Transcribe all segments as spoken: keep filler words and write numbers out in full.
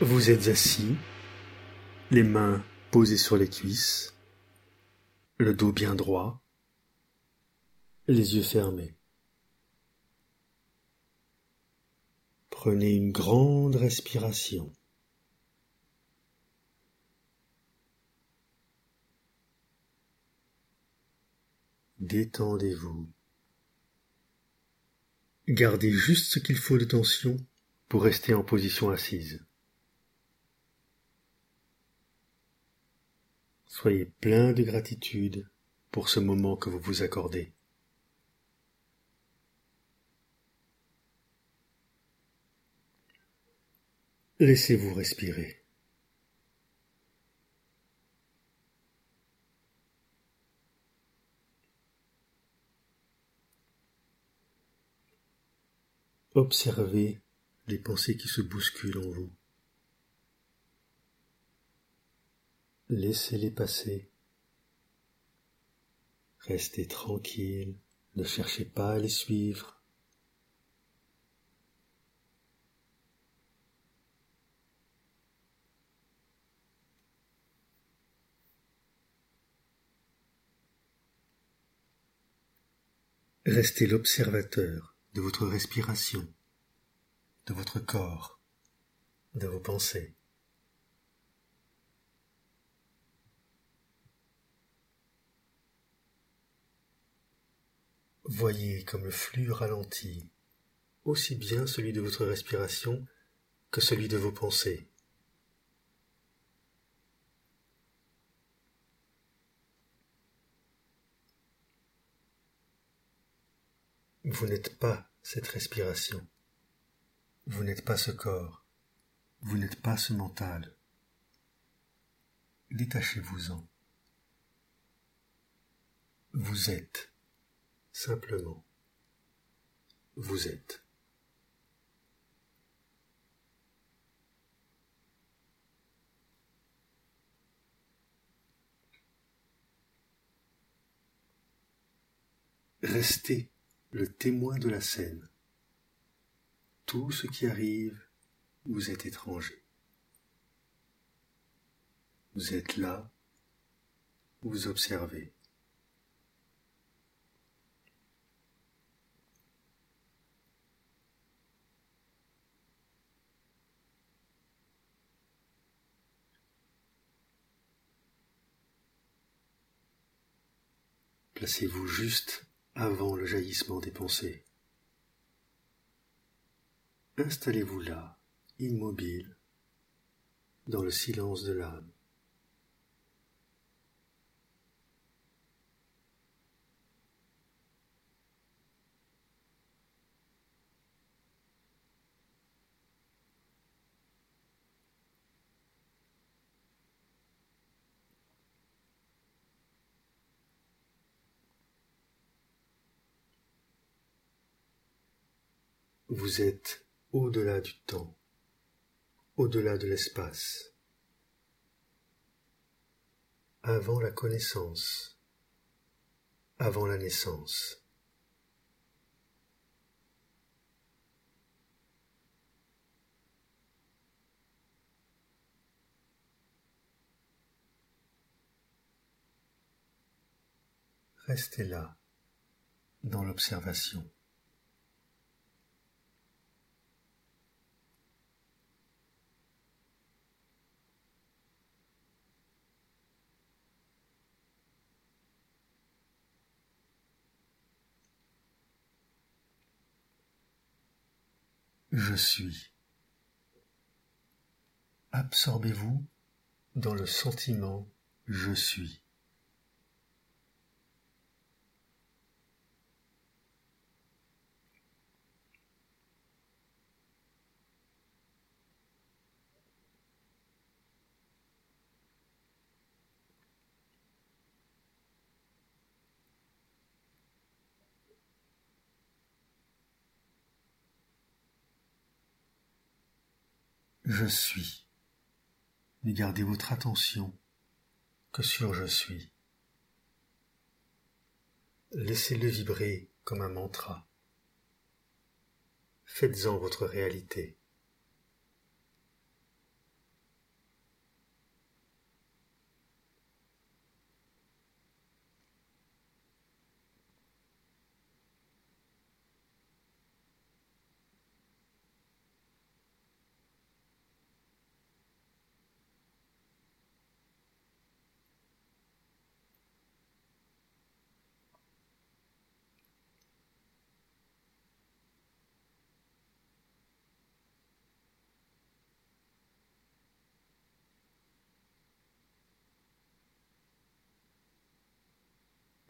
Vous êtes assis, les mains posées sur les cuisses, le dos bien droit, les yeux fermés. Prenez une grande respiration. Détendez-vous. Gardez juste ce qu'il faut de tension pour rester en position assise. Soyez plein de gratitude pour ce moment que vous vous accordez. Laissez-vous respirer. Observez les pensées qui se bousculent en vous. Laissez-les passer. Restez tranquille, ne cherchez pas à les suivre. Restez l'observateur de votre respiration, de votre corps, de vos pensées. Voyez comme le flux ralentit, aussi bien celui de votre respiration que celui de vos pensées. Vous n'êtes pas cette respiration, vous n'êtes pas ce corps, vous n'êtes pas ce mental. Détachez-vous-en. Vous êtes, simplement, vous êtes. Restez le témoin de la scène. Tout ce qui arrive vous est étranger. Vous êtes là, vous observez. Placez-vous juste avant le jaillissement des pensées. Installez-vous là, immobile, dans le silence de l'âme. Vous êtes au-delà du temps, au-delà de l'espace, avant la connaissance, avant la naissance. Restez là, dans l'observation. Je suis. Absorbez-vous dans le sentiment « je suis ». Je suis. Ne gardez votre attention que sur je suis. Laissez-le vibrer comme un mantra. Faites-en votre réalité.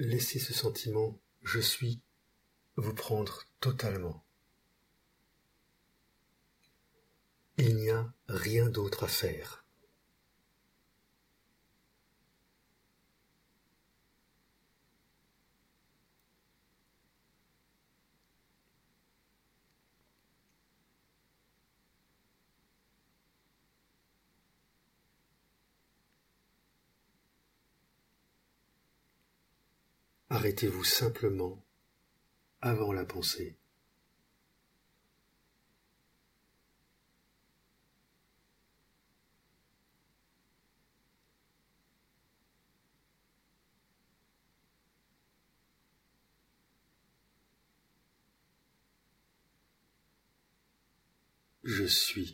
Laissez ce sentiment « je suis » vous prendre totalement. Il n'y a rien d'autre à faire. Arrêtez-vous simplement avant la pensée. Je suis.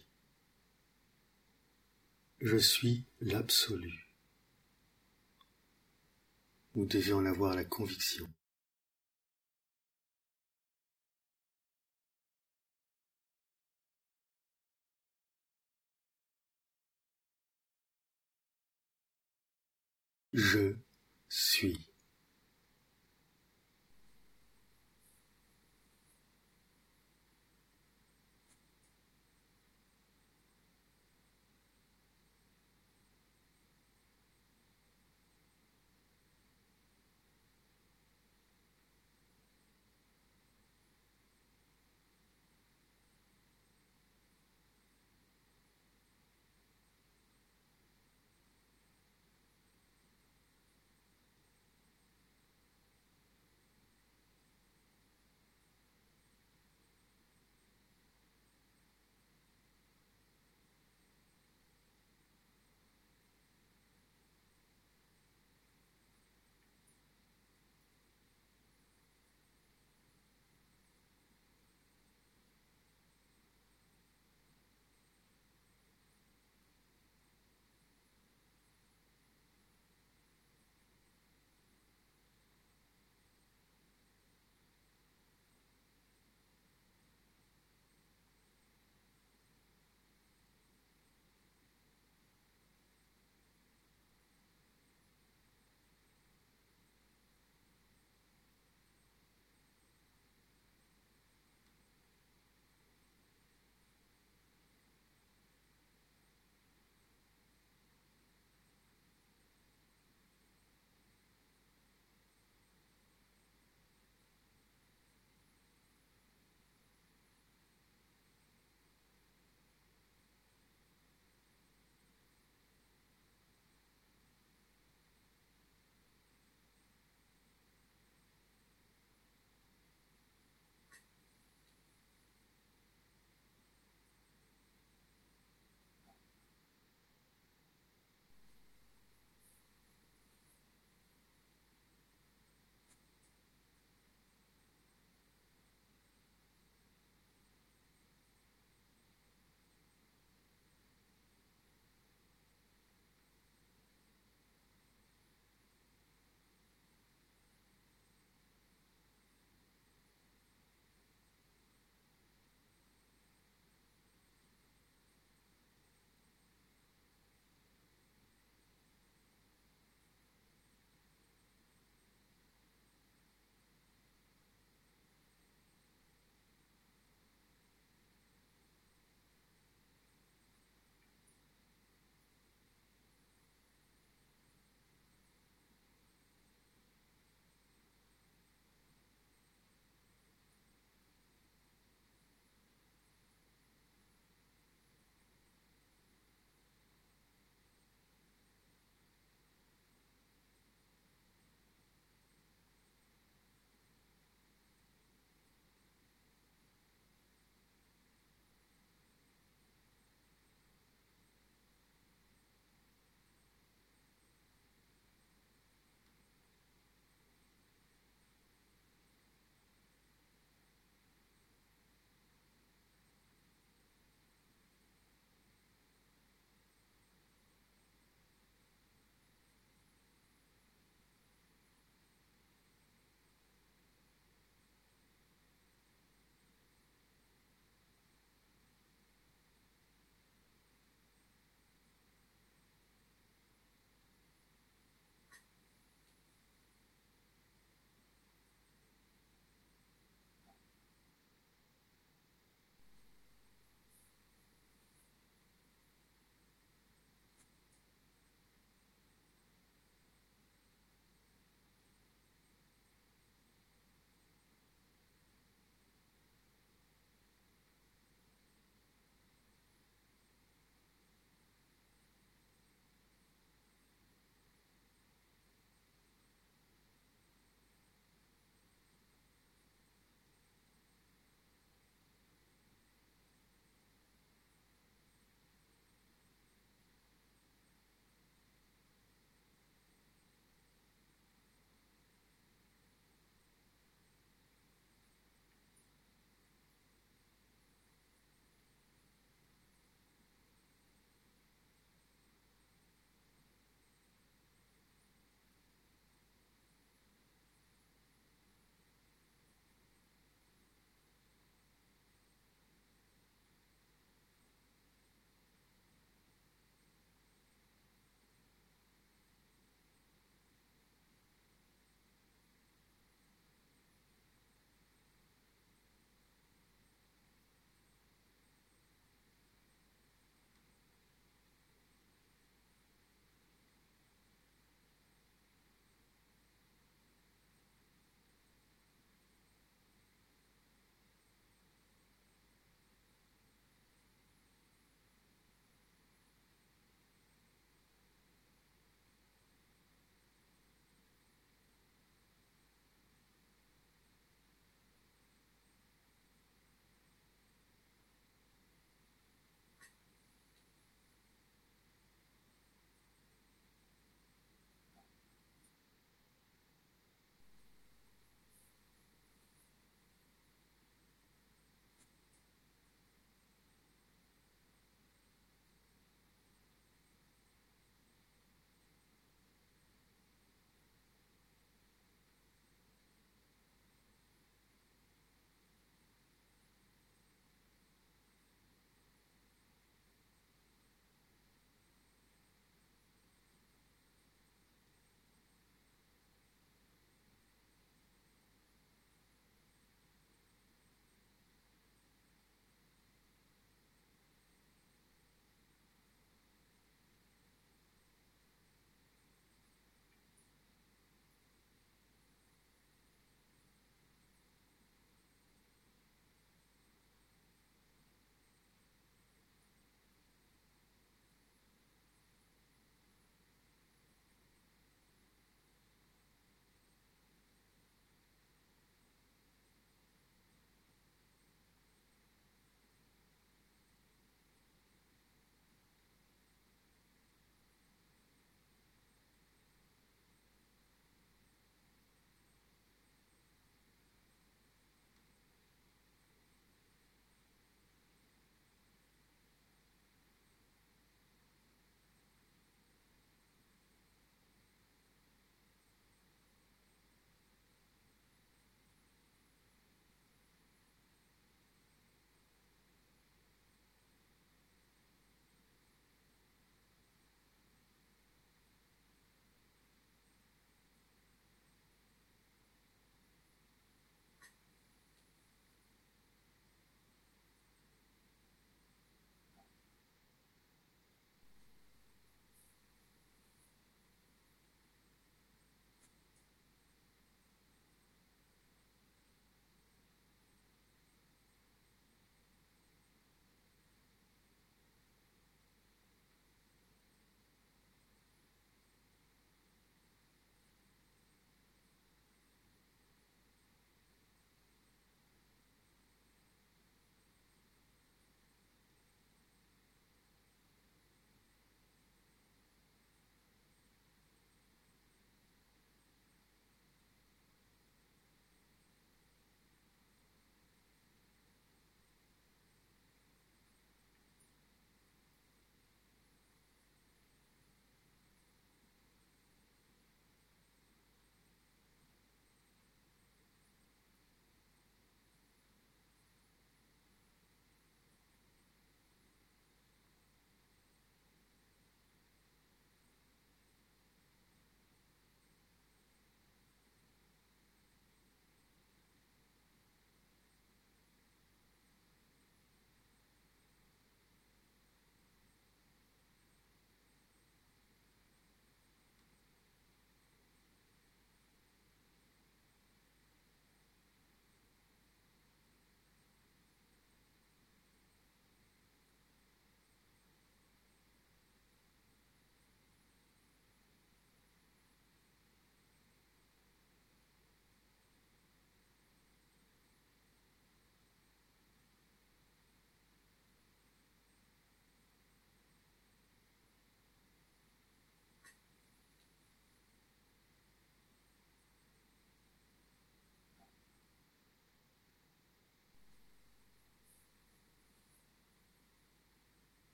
Je suis l'absolu. Vous devez en avoir la conviction. Je suis.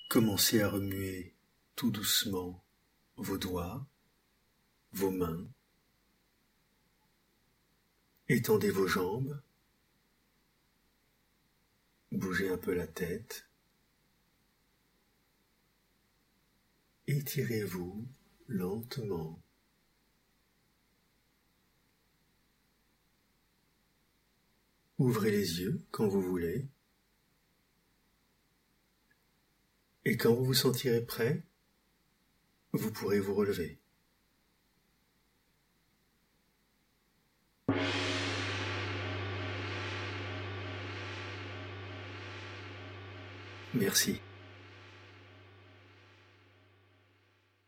Commencez à remuer tout doucement vos doigts, vos mains. Étendez vos jambes. Bougez un peu la tête. Étirez-vous lentement. Ouvrez les yeux quand vous voulez. Et quand vous vous sentirez prêt, vous pourrez vous relever. Merci.